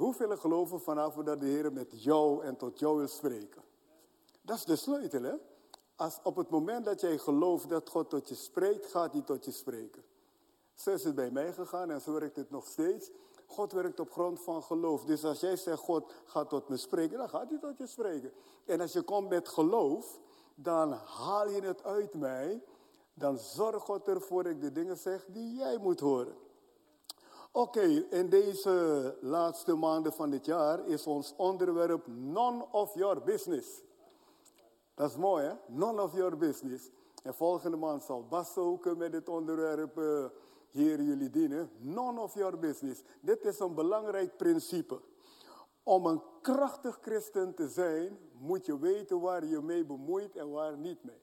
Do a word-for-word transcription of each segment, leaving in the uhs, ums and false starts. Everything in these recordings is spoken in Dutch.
hoeveel geloven vanavond dat de Heer met jou en tot jou wil spreken? Dat is de sleutel, hè? Als op het moment dat jij gelooft dat God tot je spreekt, gaat hij tot je spreken. Zo is het bij mij gegaan en zo werkt het nog steeds. God werkt op grond van geloof. Dus als jij zegt, God gaat tot me spreken, dan gaat hij tot je spreken. En als je komt met geloof, dan haal je het uit mij. Dan zorgt God ervoor dat ik de dingen zeg die jij moet horen. Oké, okay, in deze laatste maanden van dit jaar is ons onderwerp None of Your Business. Dat is mooi, hè? None of Your Business. En volgende maand zal Bas ook met dit onderwerp uh, hier jullie dienen. None of Your Business. Dit is een belangrijk principe. Om een krachtig christen te zijn, moet je weten waar je mee bemoeit en waar niet mee.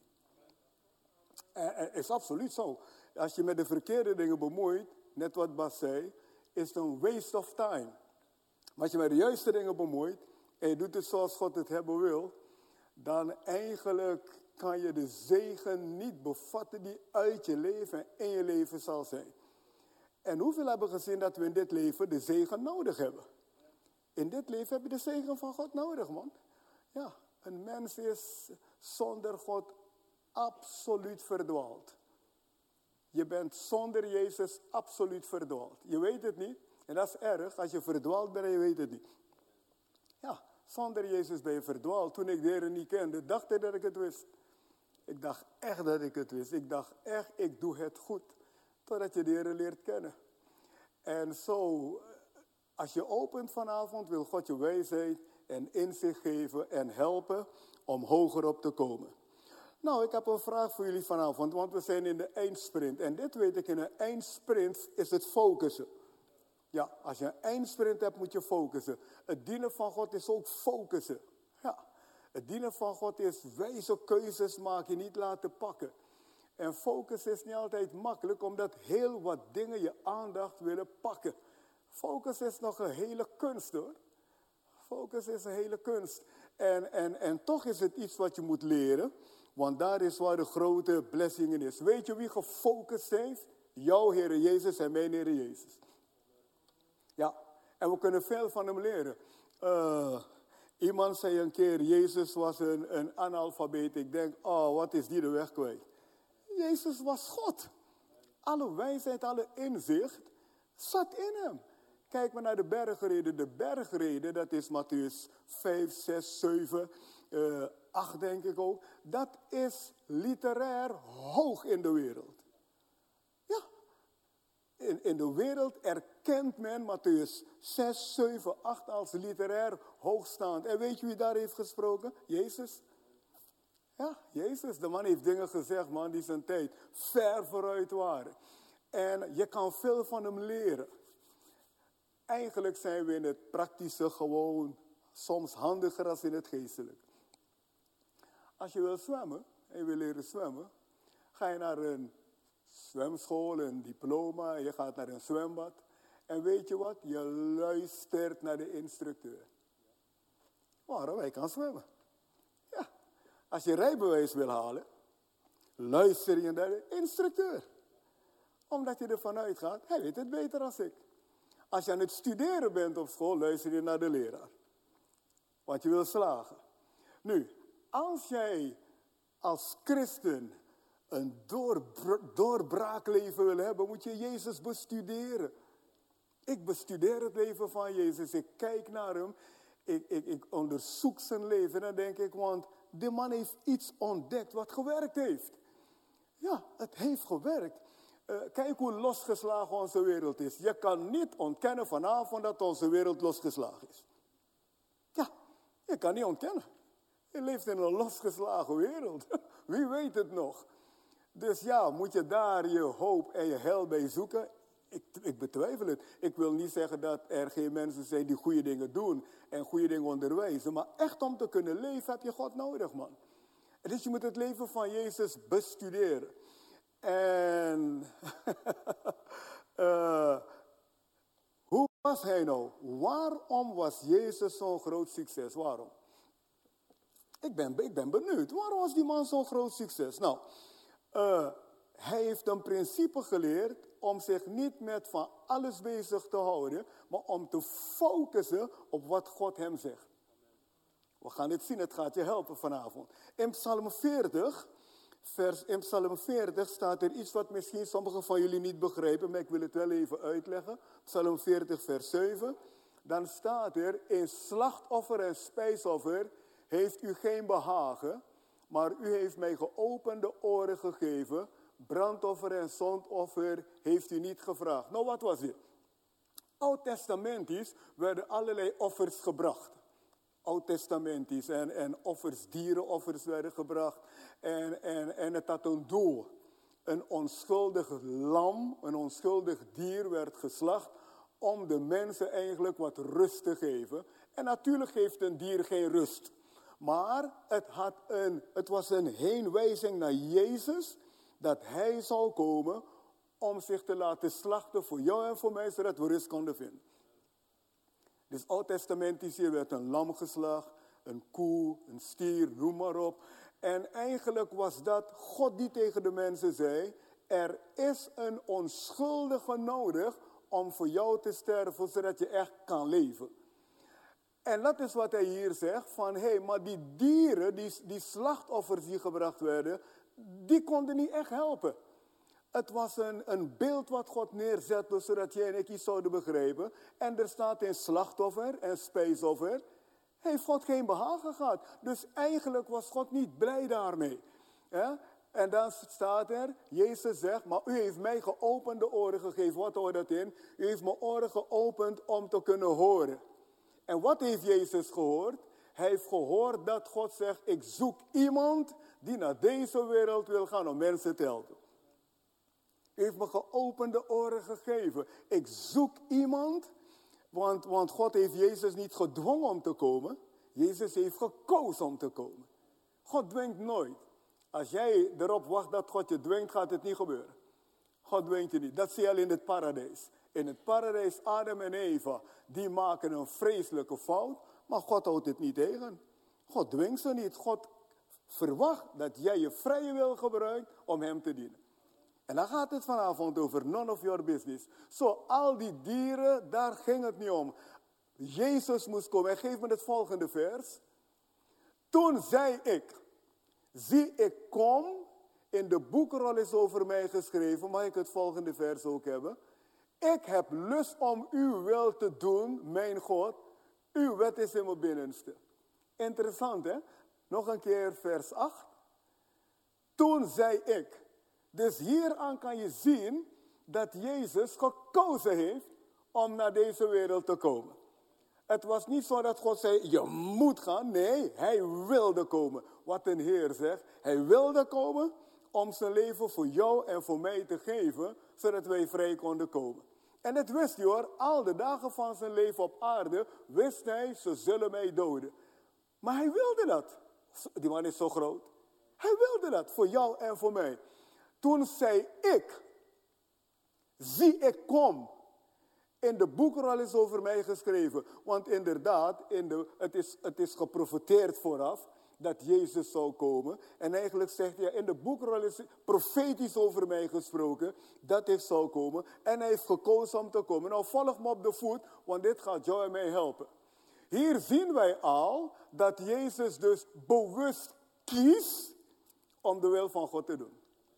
Het is absoluut zo. Als je met de verkeerde dingen bemoeit, net wat Bas zei, is het een waste of time. Maar als je met de juiste dingen bemoeit en je doet het zoals God het hebben wil, dan eigenlijk kan je de zegen niet bevatten die uit je leven en in je leven zal zijn. En hoeveel hebben gezien dat we in dit leven de zegen nodig hebben? In dit leven heb je de zegen van God nodig, man. Ja, een mens is zonder God absoluut verdwaald. Je bent zonder Jezus absoluut verdwaald. Je weet het niet. En dat is erg als je verdwaald bent en je weet het niet. Ja, zonder Jezus ben je verdwaald. Toen ik de Heer niet kende, dacht ik dat ik het wist. Ik dacht echt dat ik het wist. Ik dacht echt, ik doe het goed. Totdat je de Heer leert kennen. En zo, als je opent vanavond, wil God je wijsheid en inzicht geven en helpen om hoger op te komen. Nou, ik heb een vraag voor jullie vanavond, want we zijn in de eindsprint. En dit weet ik, in een eindsprint is het focussen. Ja, als je een eindsprint hebt, moet je focussen. Het dienen van God is ook focussen. Ja, het dienen van God is wijze keuzes maken, niet laten pakken. En focus is niet altijd makkelijk, omdat heel wat dingen je aandacht willen pakken. Focus is nog een hele kunst, hoor. Focus is een hele kunst. En, en, en toch is het iets wat je moet leren. Want daar is waar de grote blessingen is. Weet je wie gefocust heeft? Jouw Heer Jezus en mijn Heer Jezus. Ja, en we kunnen veel van hem leren. Uh, iemand zei een keer, Jezus was een, een analfabeet. Ik denk, oh, wat is die de weg kwijt? Jezus was God. Alle wijsheid, alle inzicht zat in hem. Kijk maar naar de bergreden. De bergreden, dat is Mattheüs vijf, zes, zeven, uh, acht denk ik ook. Dat is literair hoog in de wereld. Ja. In, in de wereld erkent men Mattheüs zes, zeven, acht als literair hoogstaand. En weet je wie daar heeft gesproken? Jezus. Ja, Jezus. De man heeft dingen gezegd, man, die zijn tijd ver vooruit waren. En je kan veel van hem leren. Eigenlijk zijn we in het praktische gewoon soms handiger dan in het geestelijke. Als je wil zwemmen en je wil leren zwemmen, ga je naar een zwemschool, een diploma, je gaat naar een zwembad. En weet je wat? Je luistert naar de instructeur. Waarom? Hij kan zwemmen. Ja. Als je rijbewijs wil halen, luister je naar de instructeur. Omdat je ervan uitgaat, hij weet het beter dan ik. Als je aan het studeren bent op school, luister je naar de leraar. Want je wil slagen. Nu, als jij als christen een doorbra- doorbraakleven wil hebben, moet je Jezus bestuderen. Ik bestudeer het leven van Jezus. Ik kijk naar hem. Ik, ik, ik onderzoek zijn leven. En dan denk ik, want die man heeft iets ontdekt wat gewerkt heeft. Ja, het heeft gewerkt. Uh, kijk hoe losgeslagen onze wereld is. Je kan niet ontkennen vanavond dat onze wereld losgeslagen is. Ja, je kan niet ontkennen. Je leeft in een losgeslagen wereld. Wie weet het nog? Dus ja, moet je daar je hoop en je heil bij zoeken? Ik, ik betwijfel het. Ik wil niet zeggen dat er geen mensen zijn die goede dingen doen en goede dingen onderwijzen. Maar echt om te kunnen leven heb je God nodig, man. Dus je moet het leven van Jezus bestuderen. En uh, hoe was hij nou? Waarom was Jezus zo'n groot succes? Waarom? Ik ben, ik ben benieuwd. Waarom was die man zo'n groot succes? Nou, uh, hij heeft een principe geleerd om zich niet met van alles bezig te houden, maar om te focussen op wat God hem zegt. We gaan het zien, het gaat je helpen vanavond. In Psalm veertig, vers, in Psalm veertig staat er iets wat misschien sommigen van jullie niet begrijpen, maar ik wil het wel even uitleggen. Psalm veertig, vers zeven. Dan staat er, in slachtoffer en spijsoffer heeft u geen behagen, maar u heeft mij geopende oren gegeven. Brandoffer en zondoffer heeft u niet gevraagd. Nou, wat was dit? Oud-testamentisch werden allerlei offers gebracht. Oud-testamentisch en, en offers, dierenoffers werden gebracht. En, en, en het had een doel. Een onschuldig lam, een onschuldig dier werd geslacht om de mensen eigenlijk wat rust te geven. En natuurlijk geeft een dier geen rust. Maar het, had een, het was een heenwijzing naar Jezus, dat hij zou komen om zich te laten slachten voor jou en voor mij, zodat we rust konden vinden. Dus oud-testamentisch hier werd een lam geslacht, een koe, een stier, noem maar op. En eigenlijk was dat God die tegen de mensen zei, er is een onschuldige nodig om voor jou te sterven, zodat je echt kan leven. En dat is wat hij hier zegt, van hé, hey, maar die dieren, die, die slachtoffers die gebracht werden, die konden niet echt helpen. Het was een, een beeld wat God neerzette, zodat jij en ik iets zouden begrijpen. En er staat in slachtoffer en spijsoffer, heeft God geen behagen gehad. Dus eigenlijk was God niet blij daarmee. Ja? En dan staat er, Jezus zegt, maar u heeft mij geopende oren gegeven. Wat hoort dat in? U heeft mijn oren geopend om te kunnen horen. En wat heeft Jezus gehoord? Hij heeft gehoord dat God zegt, ik zoek iemand die naar deze wereld wil gaan om mensen te helpen. U heeft me geopende oren gegeven. Ik zoek iemand, want, want God heeft Jezus niet gedwongen om te komen. Jezus heeft gekozen om te komen. God dwingt nooit. Als jij erop wacht dat God je dwingt, gaat het niet gebeuren. God dwingt je niet. Dat zie je al in het paradijs. In het paradijs, Adam en Eva, die maken een vreselijke fout, maar God houdt het niet tegen. God dwingt ze niet. God verwacht dat jij je vrije wil gebruikt om hem te dienen. En dan gaat het vanavond over none of your business. Zo, al die dieren, daar ging het niet om. Jezus moest komen. En geef me het volgende vers. Toen zei ik, zie ik kom, in de boekrol is over mij geschreven, mag ik het volgende vers ook hebben? Ik heb lust om uw wil te doen, mijn God. Uw wet is in mijn binnenste. Interessant, hè? Nog een keer vers acht. Toen zei ik. Dus hieraan kan je zien dat Jezus gekozen heeft om naar deze wereld te komen. Het was niet zo dat God zei, je moet gaan. Nee, hij wilde komen. Wat een Heer zegt. Hij wilde komen om zijn leven voor jou en voor mij te geven, zodat wij vrij konden komen. En dat wist hij hoor, al de dagen van zijn leven op aarde, wist hij, ze zullen mij doden. Maar hij wilde dat. Die man is zo groot. Hij wilde dat, voor jou en voor mij. Toen zei ik, zie ik kom. In de boekrol is over mij geschreven. Want inderdaad, in de, het, is, het is geprofeteerd vooraf dat Jezus zou komen. En eigenlijk zegt hij, in de boekrol is profetisch over mij gesproken dat ik zou komen. En hij heeft gekozen om te komen. Nou, volg me op de voet, want dit gaat jou en mij helpen. Hier zien wij al dat Jezus dus bewust kiest om de wil van God te doen.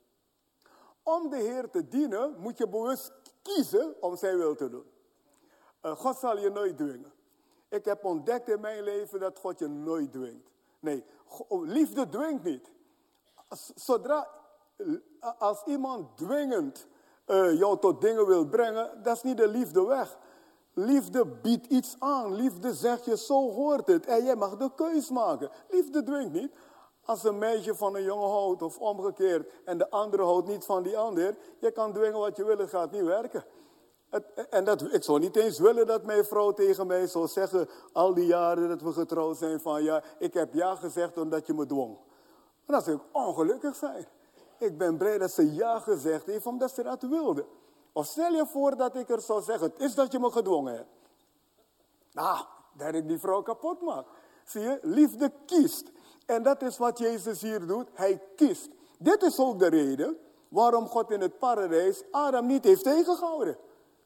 Om de Heer te dienen moet je bewust kiezen om zijn wil te doen. Uh, God zal je nooit dwingen. Ik heb ontdekt in mijn leven dat God je nooit dwingt. Nee, liefde dwingt niet. Zodra, als iemand dwingend uh, jou tot dingen wil brengen, dat is niet de liefde weg. Liefde biedt iets aan. Liefde zegt je, zo hoort het. En jij mag de keus maken. Liefde dwingt niet. Als een meisje van een jongen houdt of omgekeerd en de andere houdt niet van die ander, je kan dwingen wat je wil, het gaat niet werken. Het, en dat, ik zou niet eens willen dat mijn vrouw tegen mij zou zeggen, al die jaren dat we getrouwd zijn, van ja, ik heb ja gezegd omdat je me dwong. Maar dan zou ik ongelukkig zijn. Ik ben blij dat ze ja gezegd heeft omdat ze dat wilde. Of stel je voor dat ik er zou zeggen, het is dat je me gedwongen hebt. Nou, dat ik die vrouw kapot maak. Zie je, liefde kiest. En dat is wat Jezus hier doet. Hij kiest. Dit is ook de reden waarom God in het paradijs Adam niet heeft tegengehouden.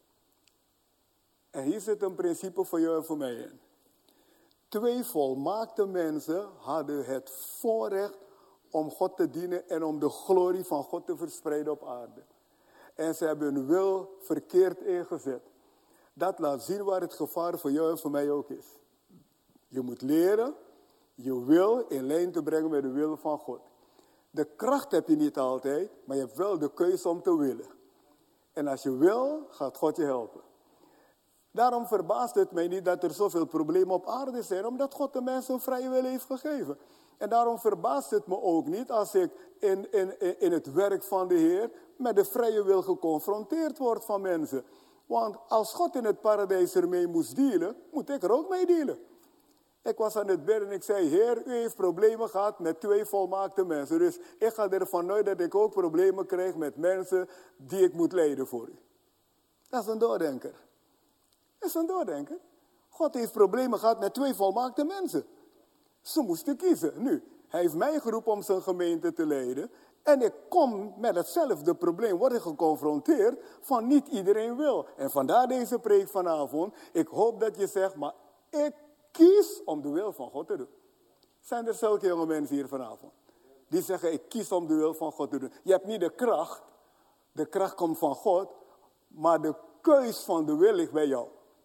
En hier zit een principe voor jou en voor mij in. Twee volmaakte mensen hadden het voorrecht om God te dienen en om de glorie van God te verspreiden op aarde. En ze hebben hun wil verkeerd ingezet. Dat laat zien waar het gevaar voor jou en voor mij ook is. Je moet leren je wil in lijn te brengen met de wil van God. De kracht heb je niet altijd, maar je hebt wel de keuze om te willen. En als je wil, gaat God je helpen. Daarom verbaast het mij niet dat er zoveel problemen op aarde zijn, omdat God de mensen een vrije wil heeft gegeven. En daarom verbaast het me ook niet als ik in, in, in het werk van de Heer met de vrije wil geconfronteerd word van mensen. Want als God in het paradijs ermee moest dealen, moet ik er ook mee dealen. Ik was aan het bidden en ik zei, Heer, u heeft problemen gehad met twee volmaakte mensen. Dus ik ga ervan uit dat ik ook problemen krijg met mensen die ik moet leiden voor u. Dat is een doordenker. Dat is een doordenker. God heeft problemen gehad met twee volmaakte mensen. Ze moesten kiezen. Nu, hij heeft mij geroepen om zijn gemeente te leiden. En ik kom met hetzelfde probleem, word ik geconfronteerd van niet iedereen wil. En vandaar deze preek vanavond. Ik hoop dat je zegt, maar ik kies om de wil van God te doen. Zijn er zulke jonge mensen hier vanavond? Die zeggen, ik kies om de wil van God te doen. Je hebt niet de kracht. De kracht komt van God. Maar de keus van de wil ligt bij jou.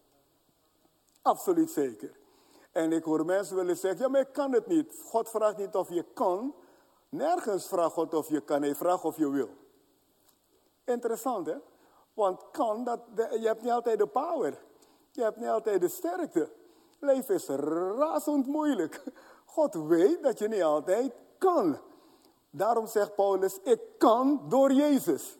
Absoluut zeker. En ik hoor mensen willen zeggen, ja, maar ik kan het niet. God vraagt niet of je kan. Nergens vraagt God of je kan. Hij vraagt of je wil. Interessant, hè? Want kan, dat, je hebt niet altijd de power. Je hebt niet altijd de sterkte. Leven is razend moeilijk. God weet dat je niet altijd kan. Daarom zegt Paulus, ik kan door Jezus.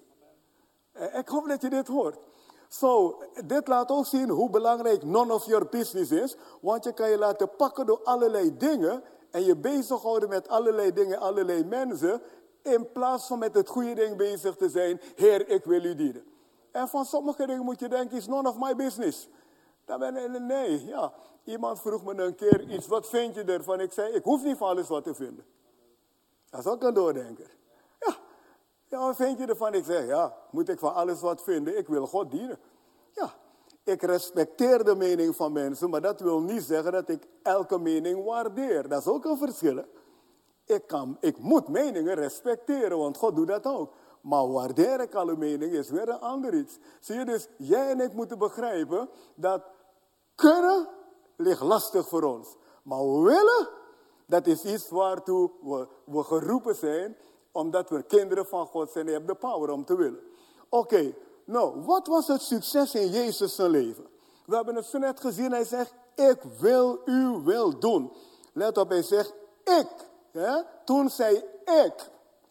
Ik hoop dat je dit hoort. Zo, so, dit laat ook zien hoe belangrijk none of your business is. Want je kan je laten pakken door allerlei dingen. En je bezighouden met allerlei dingen, allerlei mensen. In plaats van met het goede ding bezig te zijn. Heer, ik wil u dienen. En van sommige dingen moet je denken, is none of my business. Dan ben ik, nee, ja. Iemand vroeg me een keer iets, wat vind je ervan? Ik zei, ik hoef niet van alles wat te vinden. Dat is ook een doordenker. Ja, ja, wat vind je ervan? Ik zeg, ja, moet ik van alles wat vinden? Ik wil God dienen. Ja, ik respecteer de mening van mensen, maar dat wil niet zeggen dat ik elke mening waardeer. Dat is ook een verschil. Hè? Ik, kan, ik moet meningen respecteren, want God doet dat ook. Maar waardeer ik alle meningen is weer een ander iets. Zie je, dus jij en ik moeten begrijpen dat kunnen ligt lastig voor ons. Maar willen, dat is iets waartoe we, we geroepen zijn, omdat we kinderen van God zijn en je hebt de power om te willen. Oké, okay, nou, wat was het succes in Jezus zijn leven? We hebben het zo net gezien, hij zegt, ik wil uw wil doen. Let op, hij zegt, ik. Hè? Toen zei ik,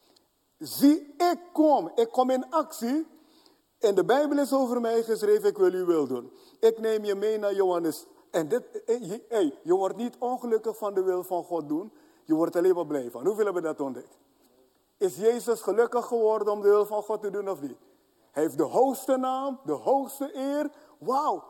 zie, ik kom. Ik kom in actie. En de Bijbel is over mij geschreven, ik wil uw wil doen. Ik neem je mee naar Johannes. En dit, hey, je wordt niet ongelukkig van de wil van God doen. Je wordt alleen maar blij van. Hoeveel hebben dat ontdekt? Is Jezus gelukkig geworden om de wil van God te doen of niet? Hij heeft de hoogste naam, de hoogste eer. Wauw.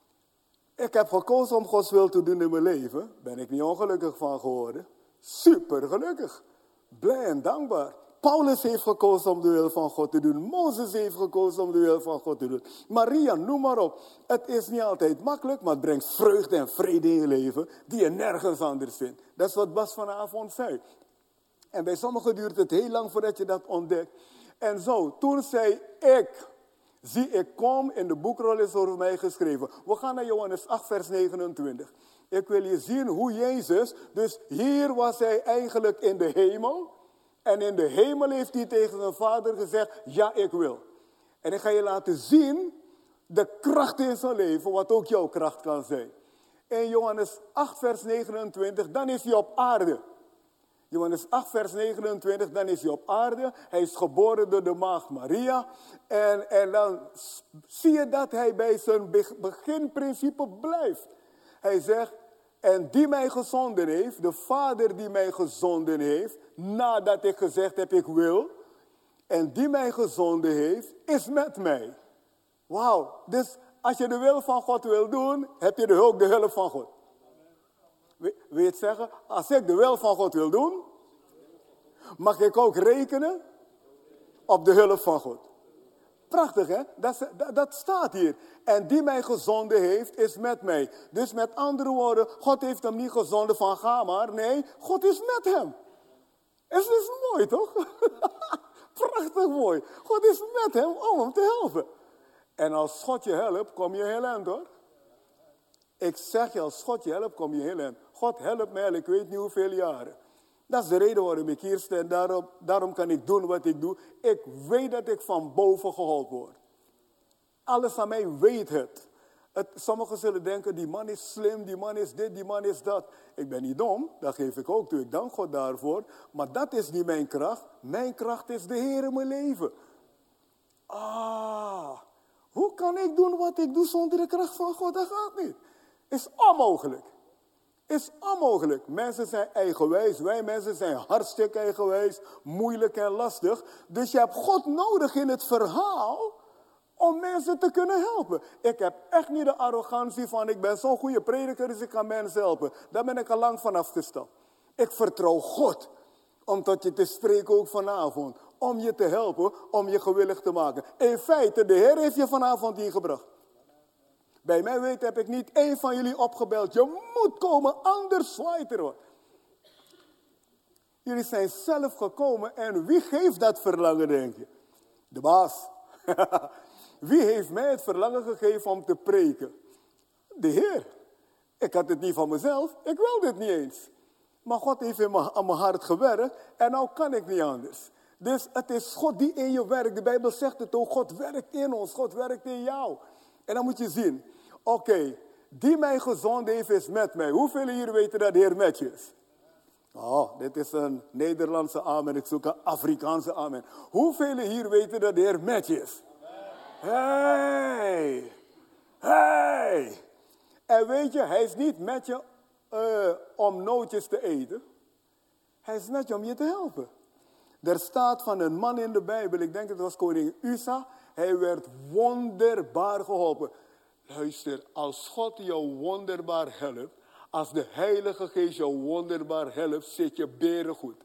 Ik heb gekozen om Gods wil te doen in mijn leven. Ben ik niet ongelukkig van geworden. Super gelukkig. Blij en dankbaar. Paulus heeft gekozen om de wil van God te doen. Mozes heeft gekozen om de wil van God te doen. Maria, noem maar op. Het is niet altijd makkelijk, maar het brengt vreugde en vrede in je leven die je nergens anders vindt. Dat is wat Bas vanavond zei. En bij sommigen duurt het heel lang voordat je dat ontdekt. En zo, toen zei ik, zie ik kom, in de boekrol is over mij geschreven. We gaan naar Johannes acht, vers negenentwintig. Ik wil je zien hoe Jezus, dus hier was hij eigenlijk in de hemel. En in de hemel heeft hij tegen zijn vader gezegd, ja, ik wil. En ik ga je laten zien de kracht in zijn leven, wat ook jouw kracht kan zijn. In Johannes acht, vers negenentwintig, dan is hij op aarde. Johannes acht, vers negenentwintig, dan is hij op aarde. Hij is geboren door de maagd Maria. En, en dan zie je dat hij bij zijn beginprincipe blijft. Hij zegt, en die mij gezonden heeft, de Vader die mij gezonden heeft, nadat ik gezegd heb ik wil, en die mij gezonden heeft, is met mij. Wauw, dus als je de wil van God wil doen, heb je ook de hulp van God. Wil je het zeggen? Als ik de wil van God wil doen, mag ik ook rekenen op de hulp van God. Prachtig, hè? Dat, dat, dat staat hier. En die mij gezonden heeft, is met mij. Dus met andere woorden, God heeft hem niet gezonden van ga maar. Nee, God is met hem. Is dus mooi, toch? Prachtig mooi. God is met hem om hem te helpen. En als God je helpt, kom je heel eind, hoor. Ik zeg je, als God je helpt, kom je heel eind. God helpt mij, ik weet niet hoeveel jaren. Dat is de reden waarom ik hier sta. En daarom, daarom kan ik doen wat ik doe. Ik weet dat ik van boven geholpen word. Alles aan mij weet het. het. Sommigen zullen denken, die man is slim, die man is dit, die man is dat. Ik ben niet dom, dat geef ik ook toe. Ik dank God daarvoor. Maar dat is niet mijn kracht. Mijn kracht is de Heer in mijn leven. Ah, hoe kan ik doen wat ik doe zonder de kracht van God? Dat gaat niet. Is onmogelijk. Is onmogelijk. Mensen zijn eigenwijs. Wij mensen zijn hartstikke eigenwijs. Moeilijk en lastig. Dus je hebt God nodig in het verhaal om mensen te kunnen helpen. Ik heb echt niet de arrogantie van ik ben zo'n goede prediker, dus ik kan mensen helpen. Daar ben ik al lang van afgestapt. Ik vertrouw God om tot je te spreken ook vanavond. Om je te helpen, om je gewillig te maken. In feite, de Heer heeft je vanavond hier gebracht. Bij mij weet heb ik niet één van jullie opgebeld. Je moet komen, anders zwaait er wat. Jullie zijn zelf gekomen en wie geeft dat verlangen, denk je? De baas. Wie heeft mij het verlangen gegeven om te preken? De Heer. Ik had het niet van mezelf, ik wilde het niet eens. Maar God heeft in mijn, aan mijn hart gewerkt en nou kan ik niet anders. Dus het is God die in je werkt. De Bijbel zegt het ook, God werkt in ons, God werkt in jou. En dan moet je zien, oké, okay, die mij gezonden heeft is met mij. Hoeveel hier weten dat de Heer met je is? Oh, dit is een Nederlandse amen, ik zoek een Afrikaanse amen. Hoeveel hier weten dat de Heer met je is? Hey, hey. En weet je, hij is niet met je uh, om nootjes te eten. Hij is met je om je te helpen. Er staat van een man in de Bijbel, ik denk het was koning Usa. Hij werd wonderbaar geholpen. Luister, als God jou wonderbaar helpt, als de Heilige Geest jou wonderbaar helpt, zit je berengoed.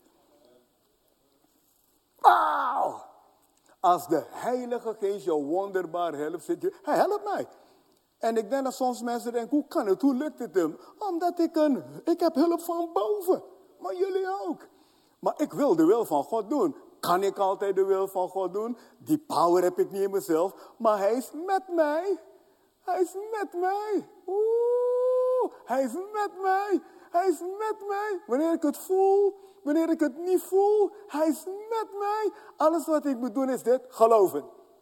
Wauw! Als de Heilige Geest jou wonderbaar helpt, zit je, hij helpt mij. En ik denk dat soms mensen denken, hoe kan het, hoe lukt het hem? Omdat ik een, ik heb hulp van boven. Maar jullie ook. Maar ik wil de wil van God doen. Kan ik altijd de wil van God doen? Die power heb ik niet in mezelf. Maar hij is met mij. Hij is met mij. Oeh, hij is met mij. Hij is met mij. Wanneer ik het voel, wanneer ik het niet voel, hij is met mij. Alles wat ik moet doen is dit, geloven.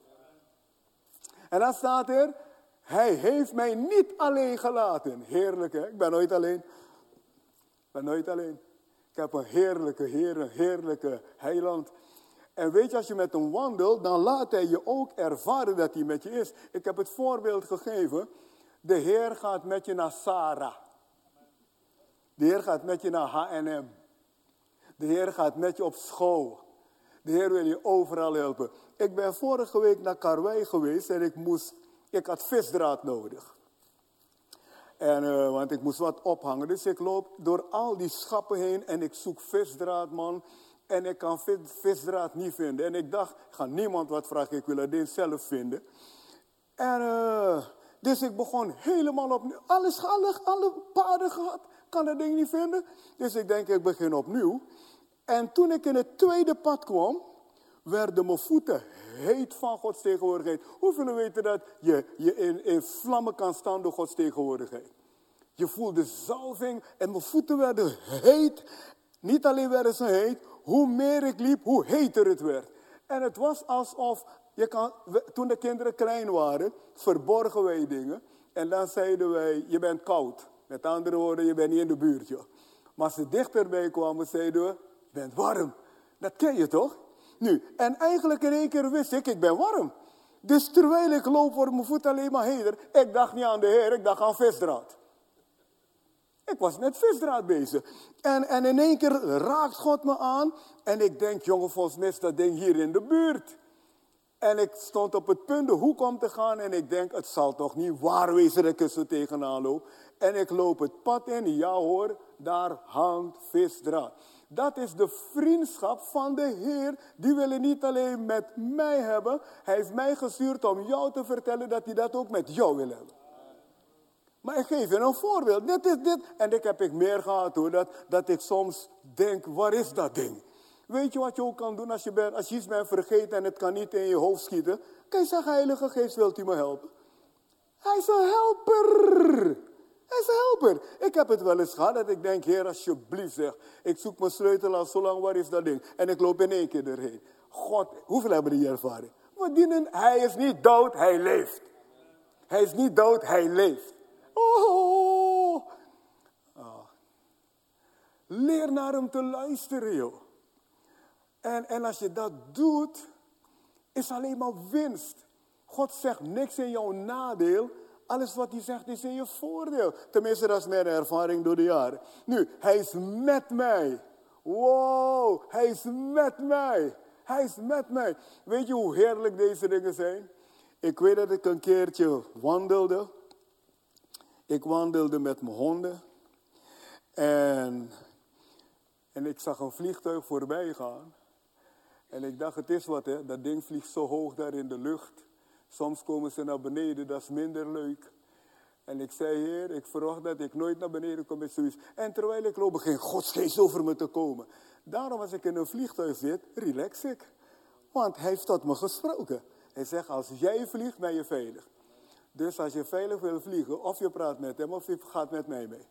En dan staat er, hij heeft mij niet alleen gelaten. Heerlijk, hè? Ik ben nooit alleen. Ik ben nooit alleen. Ik heb een heerlijke Heer, een heerlijke heiland. En weet je, als je met hem wandelt, dan laat hij je ook ervaren dat hij met je is. Ik heb het voorbeeld gegeven. De Heer gaat met je naar Sarah. De Heer gaat met je naar H en M. De Heer gaat met je op school. De Heer wil je overal helpen. Ik ben vorige week naar Karwei geweest en ik, moest, ik had visdraad nodig. En, uh, want ik moest wat ophangen. Dus ik loop door al die schappen heen en ik zoek visdraad, man. En ik kan vis, visdraad niet vinden. En ik dacht, ik ga niemand wat vragen, ik wil het eens zelf vinden. En uh, dus ik begon helemaal opnieuw. Alles, alle, alle paden gehad, kan dat ding niet vinden. Dus ik denk, ik begin opnieuw. En toen ik in het tweede pad kwam, werden mijn voeten heet van Gods tegenwoordigheid. Hoeveel weten dat je, je in, in vlammen kan staan door Gods tegenwoordigheid? Je voelde zalving en mijn voeten werden heet. Niet alleen werden ze heet, hoe meer ik liep, hoe heter het werd. En het was alsof, je kan, toen de kinderen klein waren, verborgen wij dingen. En dan zeiden wij, je bent koud. Met andere woorden, je bent niet in de buurt, joh. Maar als ze dichterbij kwamen, zeiden we, je bent warm. Dat ken je toch? Nu, en eigenlijk in één keer wist ik, ik ben warm. Dus terwijl ik loop, wordt mijn voet alleen maar heter. Ik dacht niet aan de Heer, ik dacht aan visdraad. Ik was met visdraad bezig. En, en in één keer raakt God me aan. En ik denk, jongen, volgens mij is dat ding hier in de buurt. En ik stond op het punt de hoek om te gaan. En ik denk, het zal toch niet waar wezen dat ik er zo tegenaan loop. En ik loop het pad in. Ja hoor, daar hangt visdraad. Dat is de vriendschap van de Heer. Die willen niet alleen met mij hebben. Hij heeft mij gestuurd om jou te vertellen dat hij dat ook met jou wil hebben. Maar ik geef je een voorbeeld. Dit is dit. En ik heb ik meer gehad hoor. Dat, dat ik soms denk, waar is dat ding? Weet je wat je ook kan doen als je, bent, als je iets bent vergeten en het kan niet in je hoofd schieten? Kan je zeggen, Heilige Geest, wilt u me helpen? Hij is een helper. Hij is een helper. Ik heb het wel eens gehad dat ik denk, Heer, alsjeblieft zeg. Ik zoek mijn sleutel al zo lang, waar is dat ding? En ik loop in één keer erheen. God, hoeveel hebben die ervaring? We dienen, hij is niet dood, hij leeft. Hij is niet dood, hij leeft. Oh. Oh. Leer naar hem te luisteren, joh. En, en als je dat doet, is alleen maar winst. God zegt niks in jouw nadeel. Alles wat hij zegt is in je voordeel. Tenminste, dat is mijn ervaring door de jaren. Nu, hij is met mij. Wow, hij is met mij. Hij is met mij. Weet je hoe heerlijk deze dingen zijn? Ik weet dat ik een keertje wandelde. Ik wandelde met mijn honden. En, en ik zag een vliegtuig voorbij gaan. En ik dacht, het is wat hè, dat ding vliegt zo hoog daar in de lucht. Soms komen ze naar beneden, dat is minder leuk. En ik zei, Heer, ik verwacht dat ik nooit naar beneden kom met zoiets. En terwijl ik loop, begint Gods geest over me te komen. Daarom als ik in een vliegtuig zit, relax ik. Want hij heeft tot me gesproken. Hij zegt, als jij vliegt, ben je veilig. Dus als je veilig wil vliegen, of je praat met hem, of je gaat met mij mee.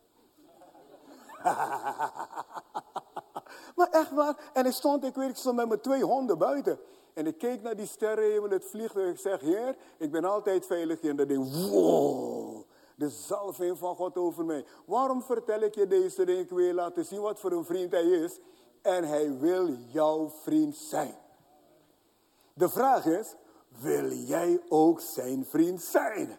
Maar echt waar. En ik stond, ik weet, ik stond met mijn twee honden buiten. En ik keek naar die sterrenhemel, het vliegtuig. Ik zeg, Heer, ik ben altijd veilig in dat ding. Wow, de zalving van God over mij. Waarom vertel ik je deze ding? Ik wil je laten zien wat voor een vriend hij is. En hij wil jouw vriend zijn. De vraag is, wil jij ook zijn vriend zijn?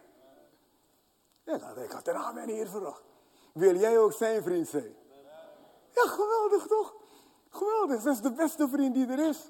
Ja, ik had een amen hier verwacht. Wil jij ook zijn vriend zijn? Ja, geweldig toch? Geweldig, dat is de beste vriend die er is.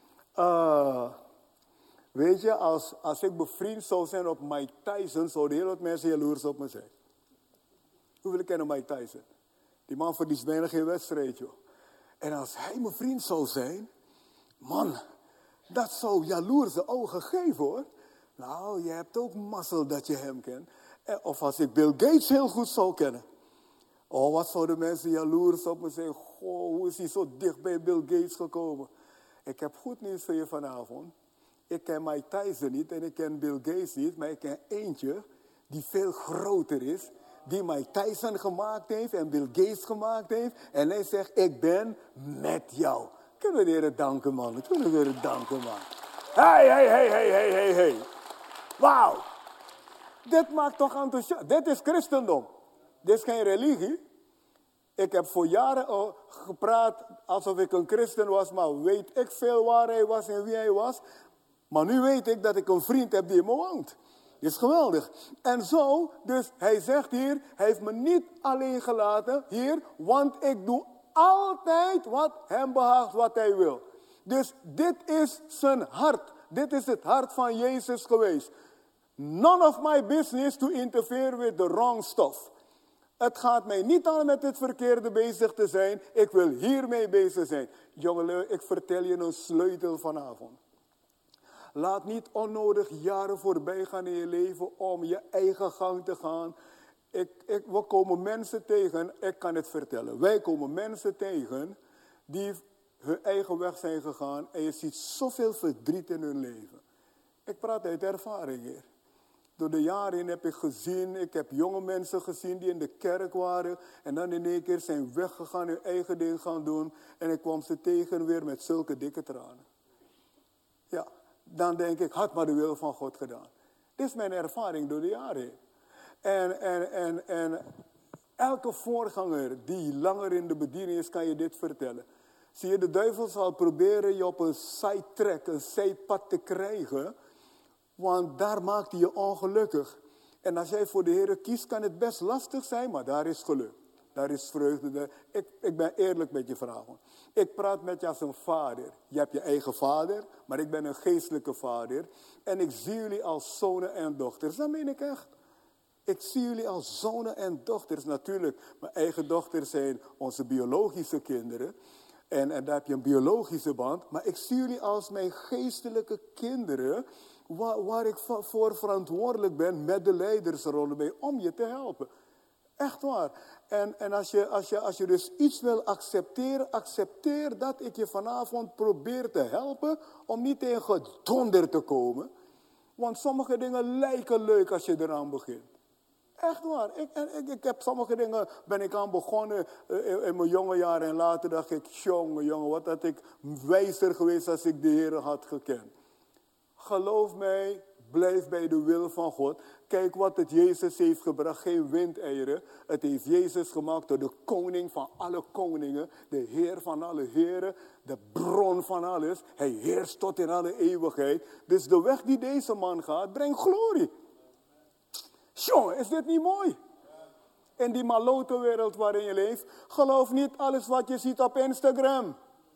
Uh, weet je, als, als ik bevriend zou zijn op Mike Tyson, zouden heel wat mensen jaloers op me zijn. Hoeveel kennen Mike Tyson? Die man verliest bijna geen wedstrijd, joh. En als hij mijn vriend zou zijn, man, dat zou jaloerse ogen geven, hoor. Nou, je hebt ook mazzel dat je hem kent. Of als ik Bill Gates heel goed zou kennen. Oh, wat zouden mensen jaloers op me zijn. Goh, hoe is hij zo dicht bij Bill Gates gekomen? Ik heb goed nieuws voor je vanavond. Ik ken Mike Tyson niet en ik ken Bill Gates niet. Maar ik ken eentje die veel groter is. Die Mike Tyson gemaakt heeft en Bill Gates gemaakt heeft. En hij zegt, ik ben met jou. Kunnen we de Heer danken, man? Kunnen we de Heer danken, man? Hey, hey, hey, hey, hey, hey, hey. Wauw. Dit maakt toch enthousiast. Dit is christendom. Dit is geen religie. Ik heb voor jaren al gepraat alsof ik een christen was, maar weet ik veel waar hij was en wie hij was. Maar nu weet ik dat ik een vriend heb die in me woont. Dit is geweldig. En zo, dus hij zegt hier, hij heeft me niet alleen gelaten hier, want ik doe altijd wat hem behaagt, wat hij wil. Dus dit is zijn hart. Dit is het hart van Jezus geweest. None of my business to interfere with the wrong stuff. Het gaat mij niet aan met het verkeerde bezig te zijn. Ik wil hiermee bezig zijn. Jongelui, ik vertel je een sleutel vanavond. Laat niet onnodig jaren voorbij gaan in je leven om je eigen gang te gaan. Ik, ik, we komen mensen tegen, ik kan het vertellen. Wij komen mensen tegen die hun eigen weg zijn gegaan. En je ziet zoveel verdriet in hun leven. Ik praat uit ervaring hier. Door de jaren heen heb ik gezien, ik heb jonge mensen gezien die in de kerk waren. En dan in één keer zijn weggegaan, hun eigen ding gaan doen. En ik kwam ze tegen weer met zulke dikke tranen. Ja, dan denk ik, had maar de wil van God gedaan. Dit is mijn ervaring door de jaren heen. En, en, en, en elke voorganger die langer in de bediening is, kan je dit vertellen. Zie je, de duivel zal proberen je op een sidetrack, een zijpad te krijgen. Want daar maakt hij je ongelukkig. En als jij voor de Heer kiest, kan het best lastig zijn, maar daar is geluk. Daar is vreugde. Ik, ik ben eerlijk met je vanavond. Ik praat met je als een vader. Je hebt je eigen vader, maar ik ben een geestelijke vader. En ik zie jullie als zonen en dochters. Dat meen ik echt. Ik zie jullie als zonen en dochters. Natuurlijk, mijn eigen dochters zijn onze biologische kinderen. En, en daar heb je een biologische band. Maar ik zie jullie als mijn geestelijke kinderen, waar, waar ik voor verantwoordelijk ben met de leidersrollen mee, om je te helpen. Echt waar. En, en als, je, als, je, als je dus iets wil accepteren, accepteer dat ik je vanavond probeer te helpen om niet tegen gedonder te komen. Want sommige dingen lijken leuk als je eraan begint. Echt waar. Ik, ik, ik heb sommige dingen, ben ik aan begonnen in, in mijn jonge jaren. En later dacht ik, jongen, jongen, wat had ik wijzer geweest als ik de Heer had gekend. Geloof mij, blijf bij de wil van God. Kijk wat het Jezus heeft gebracht. Geen windeieren. Het heeft Jezus gemaakt tot de koning van alle koningen. De Heer van alle heren. De bron van alles. Hij heerst tot in alle eeuwigheid. Dus de weg die deze man gaat, brengt glorie. Jongen, is dit niet mooi? In die malote wereld waarin je leeft, geloof niet alles wat je ziet op Instagram.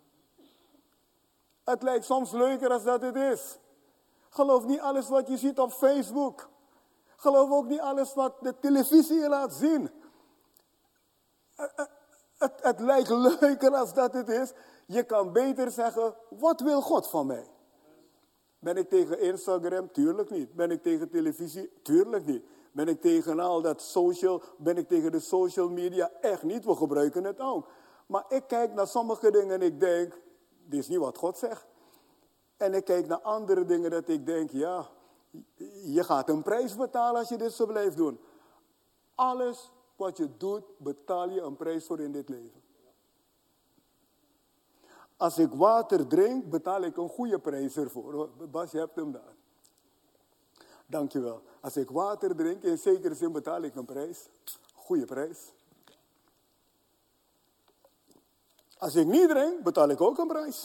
Het lijkt soms leuker als dat het is. Geloof niet alles wat je ziet op Facebook. Geloof ook niet alles wat de televisie je laat zien. Het, het, het lijkt leuker als dat het is. Je kan beter zeggen, wat wil God van mij? Ben ik tegen Instagram? Tuurlijk niet. Ben ik tegen televisie? Tuurlijk niet. Ben ik tegen al dat social, ben ik tegen de social media? Echt niet, we gebruiken het ook. Maar ik kijk naar sommige dingen en ik denk, dit is niet wat God zegt. En ik kijk naar andere dingen dat ik denk, ja, je gaat een prijs betalen als je dit zo blijft doen. Alles wat je doet, betaal je een prijs voor in dit leven. Als ik water drink, betaal ik een goede prijs ervoor. Bas, je hebt hem daar. Dankjewel. Als ik water drink, in zekere zin betaal ik een prijs. Goede prijs. Als ik niet drink, betaal ik ook een prijs.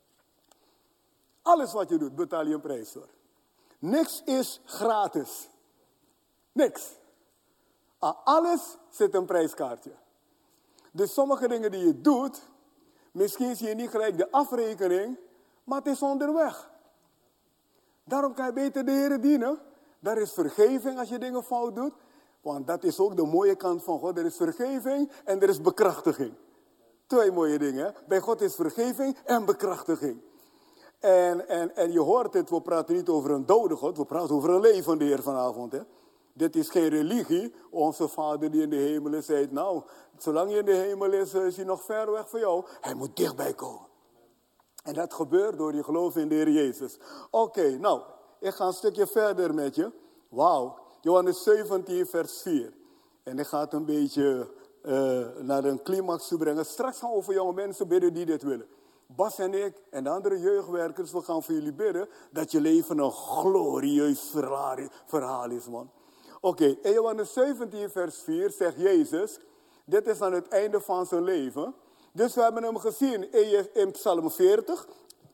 Alles wat je doet, betaal je een prijs voor. Niks is gratis. Niks. Aan alles zit een prijskaartje. Dus sommige dingen die je doet, misschien zie je niet gelijk de afrekening, maar het is onderweg. Daarom kan je beter de Heer dienen. Daar is vergeving als je dingen fout doet. Want dat is ook de mooie kant van God. Er is vergeving en er is bekrachtiging. Twee mooie dingen. Hè? Bij God is vergeving en bekrachtiging. En, en, en je hoort het, we praten niet over een dode God. We praten over een levende Heer vanavond. Hè? Dit is geen religie. Onze Vader die in de hemel is, zei, nou, zolang je in de hemel is, is hij nog ver weg van jou. Hij moet dichtbij komen. En dat gebeurt door je geloof in de Heer Jezus. Oké, okay, nou, ik ga een stukje verder met je. Wauw, Johannes zeventien, vers vier. En ik ga het een beetje uh, naar een climax toe brengen. Straks gaan we voor jonge mensen bidden die dit willen. Bas en ik en de andere jeugdwerkers, we gaan voor jullie bidden dat je leven een glorieus verhaal is, man. Oké, okay, in Johannes zeventien, vers vier zegt Jezus, dit is aan het einde van zijn leven. Dus we hebben hem gezien in, in Psalm veertig.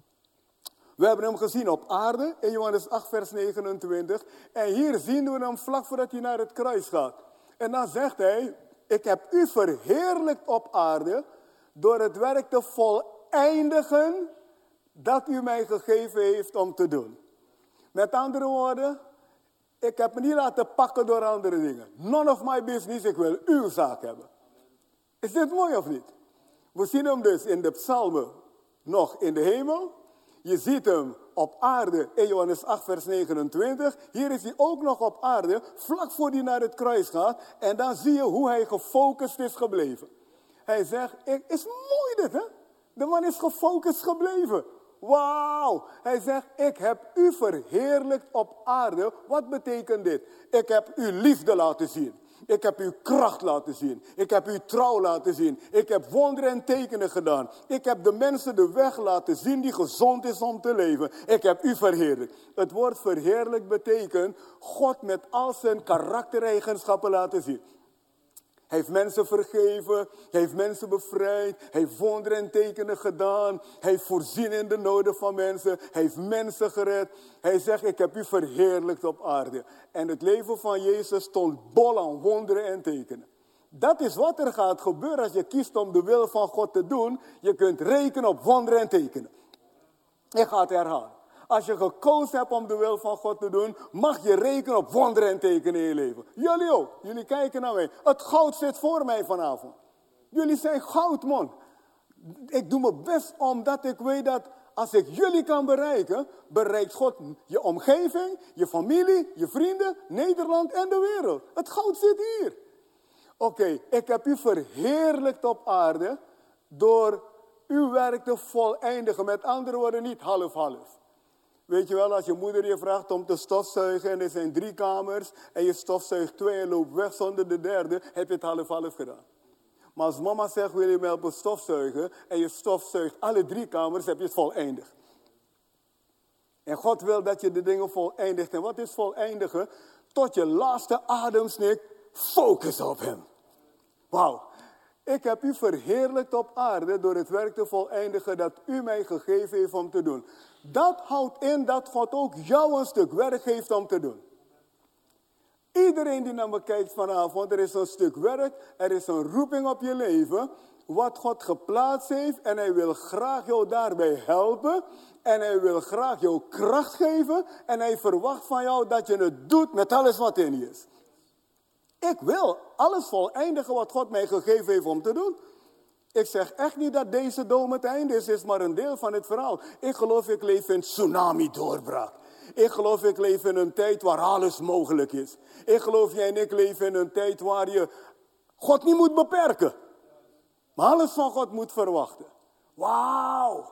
We hebben hem gezien op aarde in Johannes acht, vers negenentwintig. En hier zien we hem vlak voordat hij naar het kruis gaat. En dan zegt hij, ik heb u verheerlijkt op aarde door het werk te voleindigen dat u mij gegeven heeft om te doen. Met andere woorden, ik heb me niet laten pakken door andere dingen. None of my business, ik wil uw zaak hebben. Is dit mooi of niet? We zien hem dus in de psalmen nog in de hemel. Je ziet hem op aarde in Johannes acht, vers negenentwintig. Hier is hij ook nog op aarde, vlak voor hij naar het kruis gaat. En dan zie je hoe hij gefocust is gebleven. Hij zegt, ik, is mooi dit hè? De man is gefocust gebleven. Wauw! Hij zegt, ik heb u verheerlijkt op aarde. Wat betekent dit? Ik heb u liefde laten zien. Ik heb u kracht laten zien. Ik heb u trouw laten zien. Ik heb wonderen en tekenen gedaan. Ik heb de mensen de weg laten zien die gezond is om te leven. Ik heb u verheerlijkt. Het woord verheerlijkt betekent God met al zijn karaktereigenschappen laten zien. Hij heeft mensen vergeven, hij heeft mensen bevrijd, hij heeft wonderen en tekenen gedaan. Hij heeft voorzien in de noden van mensen, hij heeft mensen gered. Hij zegt, ik heb u verheerlijkt op aarde. En het leven van Jezus stond bol aan wonderen en tekenen. Dat is wat er gaat gebeuren als je kiest om de wil van God te doen. Je kunt rekenen op wonderen en tekenen. Ik ga het herhalen. Als je gekozen hebt om de wil van God te doen, mag je rekenen op wonderen en tekenen in je leven. Jullie ook. Jullie kijken naar mij. Het goud zit voor mij vanavond. Jullie zijn goud, man. Ik doe mijn best omdat ik weet dat als ik jullie kan bereiken, bereikt God je omgeving, je familie, je vrienden, Nederland en de wereld. Het goud zit hier. Oké, okay, ik heb u verheerlijkt op aarde door uw werk te voleindigen. Met andere woorden, niet half-half. Weet je wel, als je moeder je vraagt om te stofzuigen en er zijn drie kamers en je stofzuigt twee en loopt weg zonder de derde, heb je het half-half gedaan. Maar als mama zegt, wil je me helpen stofzuigen en je stofzuigt alle drie kamers, heb je het voleindigd. En God wil dat je de dingen voleindigt. En wat is voleindigen? Tot je laatste ademsnik, focus op hem. Wauw. Ik heb u verheerlijkt op aarde door het werk te voleindigen dat u mij gegeven heeft om te doen. Dat houdt in dat God ook jou een stuk werk heeft om te doen. Iedereen die naar me kijkt vanavond, er is een stuk werk, er is een roeping op je leven, wat God geplaatst heeft en hij wil graag jou daarbij helpen en hij wil graag jou kracht geven en hij verwacht van jou dat je het doet met alles wat in je is. Ik wil alles voleindigen wat God mij gegeven heeft om te doen. Ik zeg echt niet dat deze doom het einde is, is maar een deel van het verhaal. Ik geloof ik leef in tsunami-doorbraak. Ik geloof ik leef in een tijd waar alles mogelijk is. Ik geloof jij en ik leven in een tijd waar je God niet moet beperken. Maar alles van God moet verwachten. Wauw.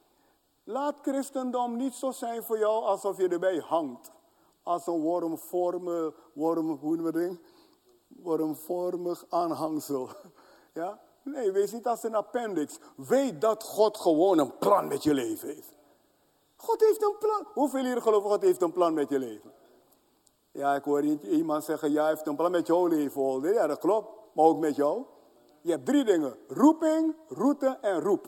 Laat christendom niet zo zijn voor jou alsof je erbij hangt. Als een wormvormig, worm, hoe noemen we ding? wormvormig aanhangsel. Ja? Nee, wees niet als een appendix. Weet dat God gewoon een plan met je leven heeft. God heeft een plan. Hoeveel hier geloven God heeft een plan met je leven? Ja, ik hoor iemand zeggen, ja, hij heeft een plan met jouw leven. Ja, dat klopt. Maar ook met jou. Je hebt drie dingen. Roeping, route en roep.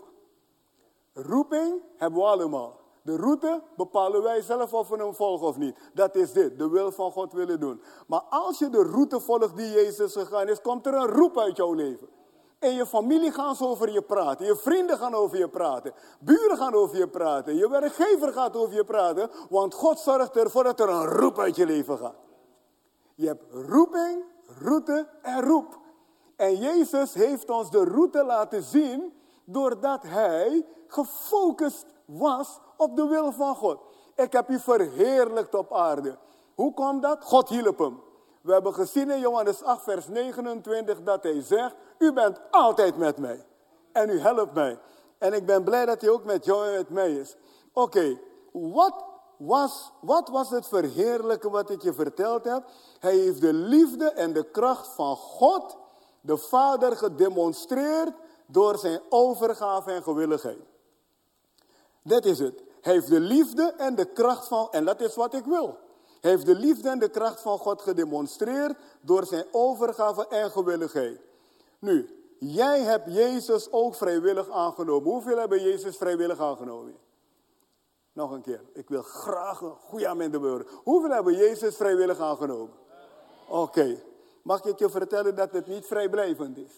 Roeping hebben we allemaal. De route bepalen wij zelf of we hem volgen of niet. Dat is dit, de wil van God willen doen. Maar als je de route volgt die Jezus gegaan is, komt er een roep uit jouw leven. En je familie gaan zo over je praten. Je vrienden gaan over je praten. Buren gaan over je praten. Je werkgever gaat over je praten. Want God zorgt ervoor dat er een roep uit je leven gaat. Je hebt roeping, route en roep. En Jezus heeft ons de route laten zien doordat hij gefocust was op de wil van God. Ik heb u verheerlijkt op aarde. Hoe komt dat? God hielp hem. We hebben gezien in Johannes acht vers negenentwintig dat hij zegt, u bent altijd met mij. En u helpt mij. En ik ben blij dat hij ook met jou en met mij is. Oké, okay, wat was, wat was het verheerlijke wat ik je verteld heb? Hij heeft de liefde en de kracht van God, de Vader, gedemonstreerd door zijn overgave en gewilligheid. Dat is het. Hij heeft de liefde en de kracht van, en dat is wat ik wil. Hij heeft de liefde en de kracht van God gedemonstreerd door zijn overgave en gewilligheid. Nu, jij hebt Jezus ook vrijwillig aangenomen. Hoeveel hebben Jezus vrijwillig aangenomen? Nog een keer. Ik wil graag een goede amen te horen. Hoeveel hebben Jezus vrijwillig aangenomen? Oké. Okay. Mag ik je vertellen dat het niet vrijblijvend is?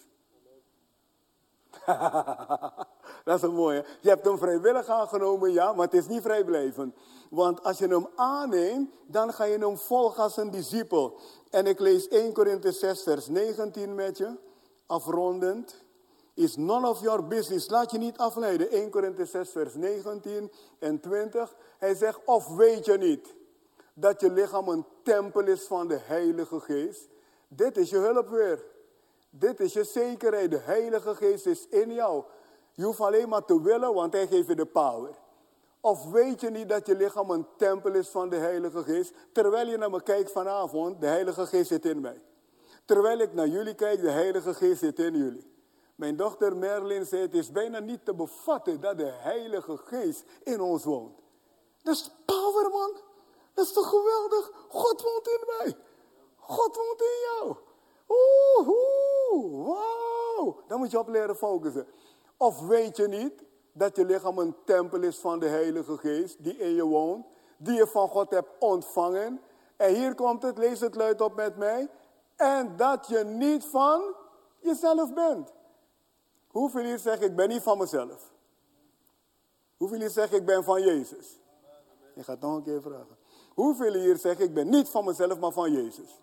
Dat is een mooie. Je hebt hem vrijwillig aangenomen, ja, maar het is niet vrijblijvend. Want als je hem aanneemt, dan ga je hem volgen als een discipel. En ik lees eerste Korinthe zes vers negentien met je, afrondend. Is none of your business. Laat je niet afleiden. eerste Korinthe zes vers negentien en twintig. Hij zegt, of weet je niet dat je lichaam een tempel is van de Heilige Geest? Dit is je hulp weer. Dit is je zekerheid. De Heilige Geest is in jou. Je hoeft alleen maar te willen, want hij geeft je de power. Of weet je niet dat je lichaam een tempel is van de Heilige Geest? Terwijl je naar me kijkt vanavond, de Heilige Geest zit in mij. Terwijl ik naar jullie kijk, de Heilige Geest zit in jullie. Mijn dochter Merlin zei, het is bijna niet te bevatten dat de Heilige Geest in ons woont. Dat is power, man. Dat is toch geweldig? God woont in mij. God woont in jou. Oeh, oeh, wauw. Dan moet je op leren focussen. Of weet je niet dat je lichaam een tempel is van de Heilige Geest die in je woont, die je van God hebt ontvangen. En hier komt het, lees het luid op met mij. En dat je niet van jezelf bent. Hoeveel hier zeggen, ik ben niet van mezelf? Hoeveel hier zeggen, ik ben van Jezus? Ik ga het nog een keer vragen. Hoeveel hier zeggen, ik ben niet van mezelf, maar van Jezus?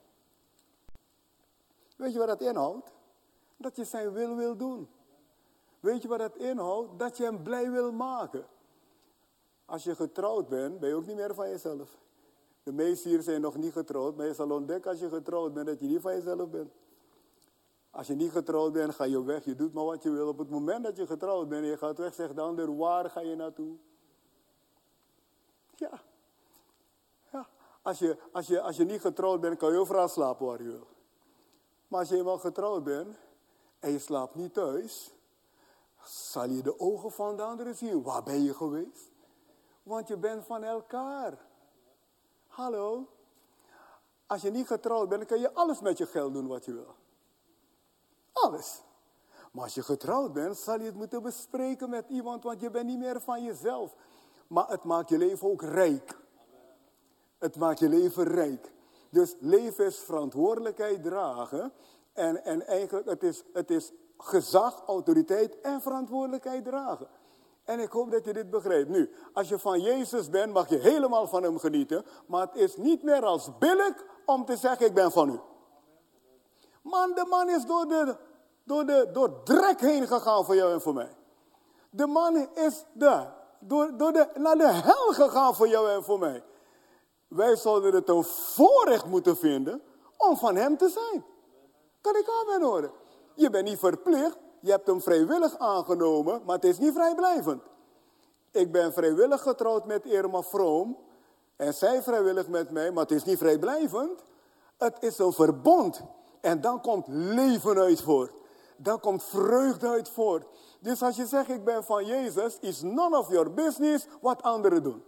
Weet je wat dat inhoudt? Dat je zijn wil wil doen. Weet je wat dat inhoudt? Dat je hem blij wil maken. Als je getrouwd bent, ben je ook niet meer van jezelf. De meesten hier zijn nog niet getrouwd, maar je zal ontdekken als je getrouwd bent dat je niet van jezelf bent. Als je niet getrouwd bent, ga je weg. Je doet maar wat je wil. Op het moment dat je getrouwd bent en je gaat weg, zegt de ander, waar ga je naartoe? Ja. ja. Als, je, als, je, als je niet getrouwd bent, kan je overal slapen waar je wil. Maar als je eenmaal getrouwd bent en je slaapt niet thuis, zal je de ogen van de anderen zien. Waar ben je geweest? Want je bent van elkaar. Hallo? Als je niet getrouwd bent, dan kan je alles met je geld doen wat je wil. Alles. Maar als je getrouwd bent, zal je het moeten bespreken met iemand, want je bent niet meer van jezelf. Maar het maakt je leven ook rijk. Het maakt je leven rijk. Dus leven is verantwoordelijkheid dragen. En, en eigenlijk, het is, het is gezag, autoriteit en verantwoordelijkheid dragen. En ik hoop dat je dit begrijpt. Nu, als je van Jezus bent, mag je helemaal van hem genieten. Maar het is niet meer als billig om te zeggen, ik ben van u. Man, de man is door de, door de door drek heen gegaan voor jou en voor mij. De man is de, door, door de, naar de hel gegaan voor jou en voor mij. Wij zouden het een voorrecht moeten vinden om van hem te zijn. Kan ik aan horen? Je bent niet verplicht. Je hebt hem vrijwillig aangenomen, maar het is niet vrijblijvend. Ik ben vrijwillig getrouwd met Irma Vroom. En zij vrijwillig met mij, maar het is niet vrijblijvend. Het is een verbond. En dan komt leven uit voort. Dan komt vreugde uit voort. Dus als je zegt, ik ben van Jezus, is none of your business wat anderen doen.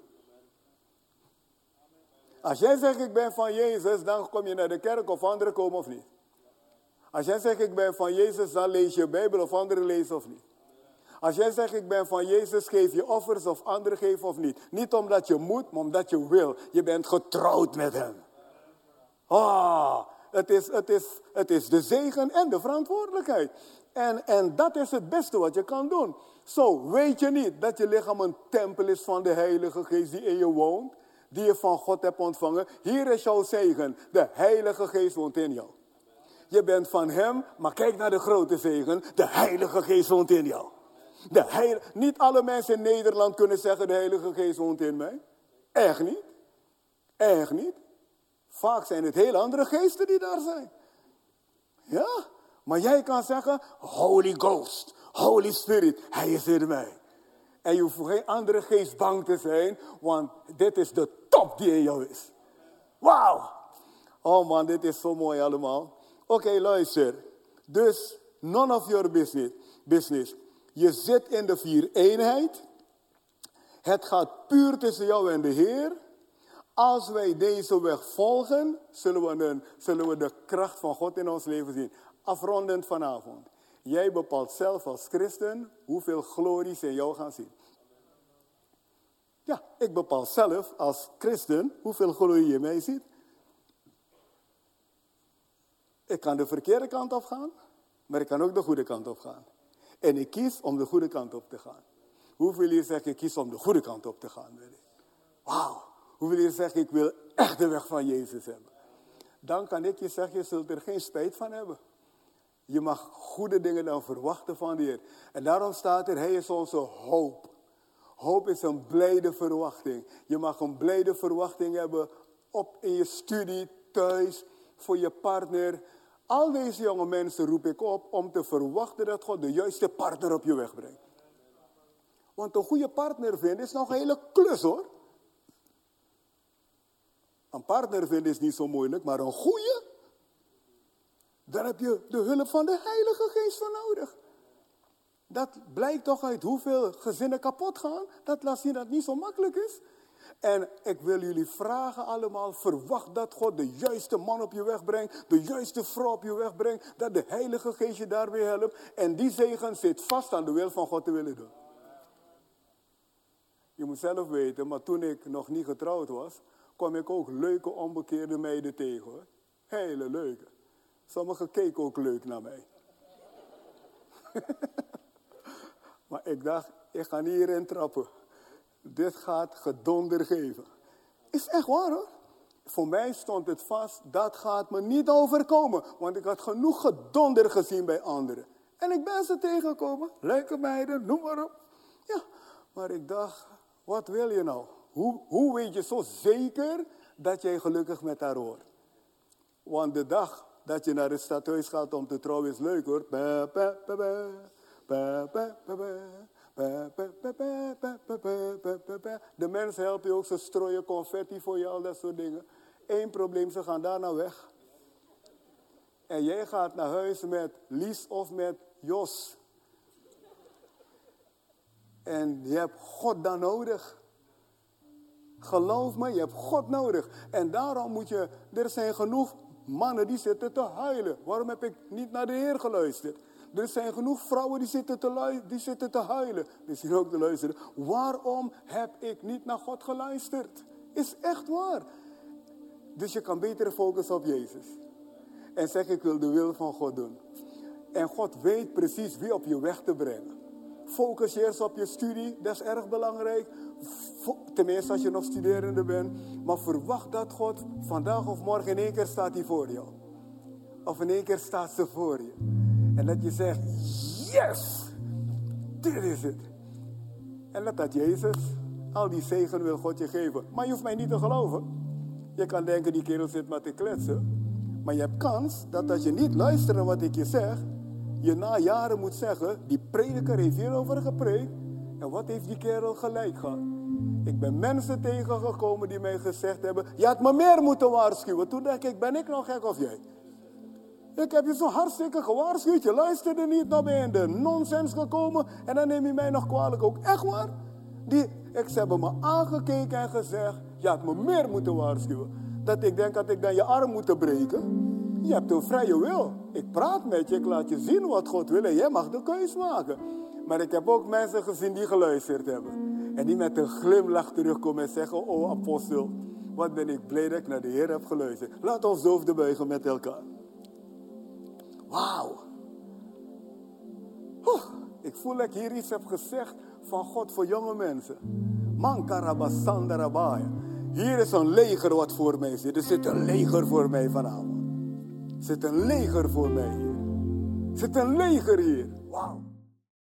Als jij zegt, ik ben van Jezus, dan kom je naar de kerk of anderen komen of niet. Als jij zegt, ik ben van Jezus, dan lees je Bijbel of anderen lezen of niet. Als jij zegt, ik ben van Jezus, geef je offers of anderen geven of niet. Niet omdat je moet, maar omdat je wil. Je bent getrouwd met hem. Ah, het is, het is, het is de zegen en de verantwoordelijkheid. En, en dat is het beste wat je kan doen. Zo, weet je niet dat je lichaam een tempel is van de Heilige Geest die in je woont. Die je van God hebt ontvangen. Hier is jouw zegen. De Heilige Geest woont in jou. Je bent van hem, maar kijk naar de grote zegen. De Heilige Geest woont in jou. De heil... Niet alle mensen in Nederland kunnen zeggen, de Heilige Geest woont in mij. Echt niet. Echt niet. Vaak zijn het heel andere geesten die daar zijn. Ja, maar jij kan zeggen, Holy Ghost, Holy Spirit, hij is in mij. En je hoeft voor geen andere geest bang te zijn, want dit is de top die in jou is. Wauw. Oh man, dit is zo mooi allemaal. Oké, okay, luister. Dus, none of your business. business. Je zit in de vier eenheid. Het gaat puur tussen jou en de Heer. Als wij deze weg volgen, zullen we, een, zullen we de kracht van God in ons leven zien. Afrondend vanavond. Jij bepaalt zelf als christen hoeveel glories in jou gaan zien. Ja, ik bepaal zelf als christen hoeveel glorie je in mij ziet. Ik kan de verkeerde kant op gaan, maar ik kan ook de goede kant op gaan. En ik kies om de goede kant op te gaan. Hoeveel je zegt, ik kies om de goede kant op te gaan? Wauw. Hoeveel je zegt, ik wil echt de weg van Jezus hebben. Dan kan ik je zeggen, je zult er geen spijt van hebben. Je mag goede dingen dan verwachten van de Heer. En daarom staat er, hij is onze hoop. Hoop is een blijde verwachting. Je mag een blijde verwachting hebben op in je studie, thuis, voor je partner. Al deze jonge mensen roep ik op om te verwachten dat God de juiste partner op je weg brengt. Want een goede partner vinden is nog een hele klus hoor. Een partner vinden is niet zo moeilijk, maar een goede, daar heb je de hulp van de Heilige Geest voor nodig. Dat blijkt toch uit hoeveel gezinnen kapot gaan. Dat laat zien dat het niet zo makkelijk is. En ik wil jullie vragen allemaal, verwacht dat God de juiste man op je weg brengt, de juiste vrouw op je weg brengt, dat de Heilige Geest je daarbij helpt. En die zegen zit vast aan de wil van God te willen doen. Je moet zelf weten, maar toen ik nog niet getrouwd was, kwam ik ook leuke onbekeerde meiden tegen hoor. Hele leuke. Sommigen keken ook leuk naar mij. Maar ik dacht, ik ga niet hierin trappen. Dit gaat gedonder geven. Is echt waar hoor. Voor mij stond het vast, dat gaat me niet overkomen. Want ik had genoeg gedonder gezien bij anderen. En ik ben ze tegengekomen. Leuke meiden, noem maar op. Ja, maar ik dacht, wat wil je nou? Hoe, hoe weet je zo zeker dat jij gelukkig met haar hoort? Want de dag dat je naar het stadhuis gaat om te trouwen is leuk hoor. Pa, pa, pa, pa, pa, pa, pa, pa, pa, pa, pa, pa, pa, pa, pa, pa. De mensen helpen je ook, ze strooien confetti voor je, al dat soort dingen. Eén probleem, ze gaan daarna weg. En jij gaat naar huis met Lies of met Jos. En je hebt God dan nodig. Geloof me, je hebt God nodig. En daarom moet je, er zijn genoeg mannen die zitten te huilen. Waarom heb ik niet naar de Heer geluisterd? Er zijn genoeg vrouwen die zitten te, lui, die zitten te huilen. Die zitten ook te luisteren. Waarom heb ik niet naar God geluisterd? Is echt waar. Dus je kan beter focussen op Jezus. En zeg, ik wil de wil van God doen. En God weet precies wie op je weg te brengen. Focus eerst op je studie, dat is erg belangrijk. Tenminste als je nog studerende bent. Maar verwacht dat God vandaag of morgen in één keer staat hij voor jou. Of in één keer staat ze voor je. En dat je zegt, yes, dit is het. En let dat Jezus, al die zegen wil God je geven. Maar je hoeft mij niet te geloven. Je kan denken, die kerel zit maar te kletsen. Maar je hebt kans dat als je niet luistert naar wat ik je zeg, je na jaren moet zeggen, die prediker heeft hierover gepreekt. En wat heeft die kerel gelijk gehad? Ik ben mensen tegengekomen die mij gezegd hebben, je had me meer moeten waarschuwen. Toen dacht ik, ben ik nog gek of jij? Ik heb je zo hartstikke gewaarschuwd, je luisterde niet, nou ben je in de nonsens gekomen en dan neem je mij nog kwalijk ook. Echt waar? Die, ik, ze hebben me aangekeken en gezegd, je had me meer moeten waarschuwen. Dat ik denk dat ik dan je arm moet breken. Je hebt een vrije wil. Ik praat met je, ik laat je zien wat God wil en jij mag de keus maken. Maar ik heb ook mensen gezien die geluisterd hebben. En die met een glimlach terugkomen en zeggen, oh apostel, wat ben ik blij dat ik naar de Heer heb geluisterd. Laat ons hoofden buigen met elkaar. Wauw. Ik voel dat ik hier iets heb gezegd van God voor jonge mensen. Mankarabasandarabai. Hier is een leger wat voor mij zit. Er zit een leger voor mij vanavond. Er zit een leger voor mij hier. Er zit een leger hier. Wauw.